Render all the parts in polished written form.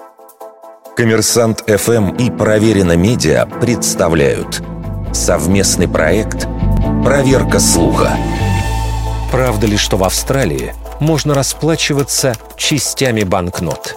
Коммерсант ФМ и Проверено Медиа представляют совместный проект «Проверка слуха». Правда ли, что в Австралии можно расплачиваться частями банкнот?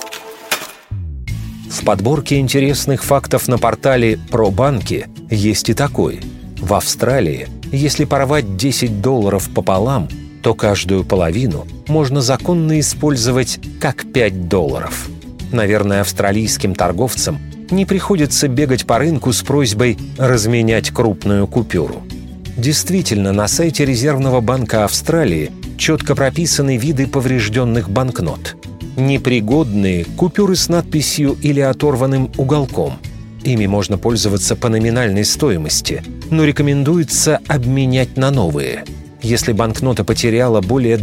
В подборке интересных фактов на портале «Про банки» есть и такой. В Австралии, если порвать $10 пополам, то каждую половину можно законно использовать как $5. Наверное, австралийским торговцам не приходится бегать по рынку с просьбой разменять крупную купюру. Действительно, на сайте Резервного банка Австралии четко прописаны виды поврежденных банкнот. Непригодные – купюры с надписью или оторванным уголком. Ими можно пользоваться по номинальной стоимости, но рекомендуется обменять на новые. Если банкнота потеряла более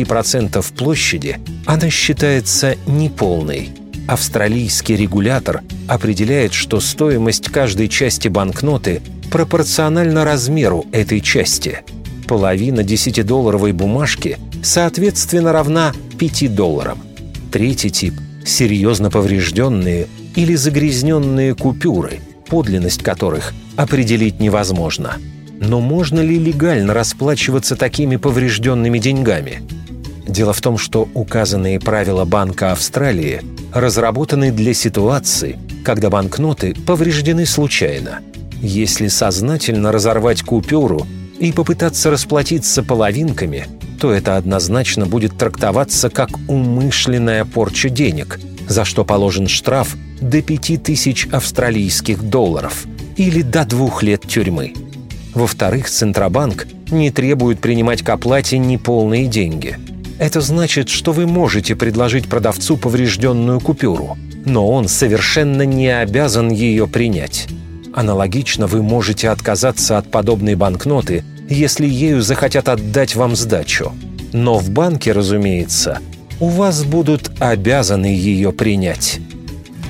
20% площади, она считается неполной. Австралийский регулятор определяет, что стоимость каждой части банкноты пропорциональна размеру этой части. Половина $10 бумажки, соответственно, равна $5. Третий тип – серьезно поврежденные или загрязненные купюры, подлинность которых определить невозможно. Но можно ли легально расплачиваться такими поврежденными деньгами? Дело в том, что указанные правила Банка Австралии разработаны для ситуации, когда банкноты повреждены случайно. Если сознательно разорвать купюру и попытаться расплатиться половинками, то это однозначно будет трактоваться как умышленная порча денег, за что положен штраф до 5000 австралийских долларов или до 2 лет тюрьмы. Во-вторых, Центробанк не требует принимать к оплате неполные деньги. Это значит, что вы можете предложить продавцу поврежденную купюру, но он совершенно не обязан ее принять. Аналогично вы можете отказаться от подобной банкноты, если ею захотят отдать вам сдачу. Но в банке, разумеется, у вас будут обязаны ее принять.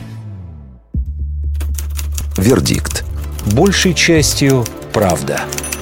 Вердикт. Большей частью правда.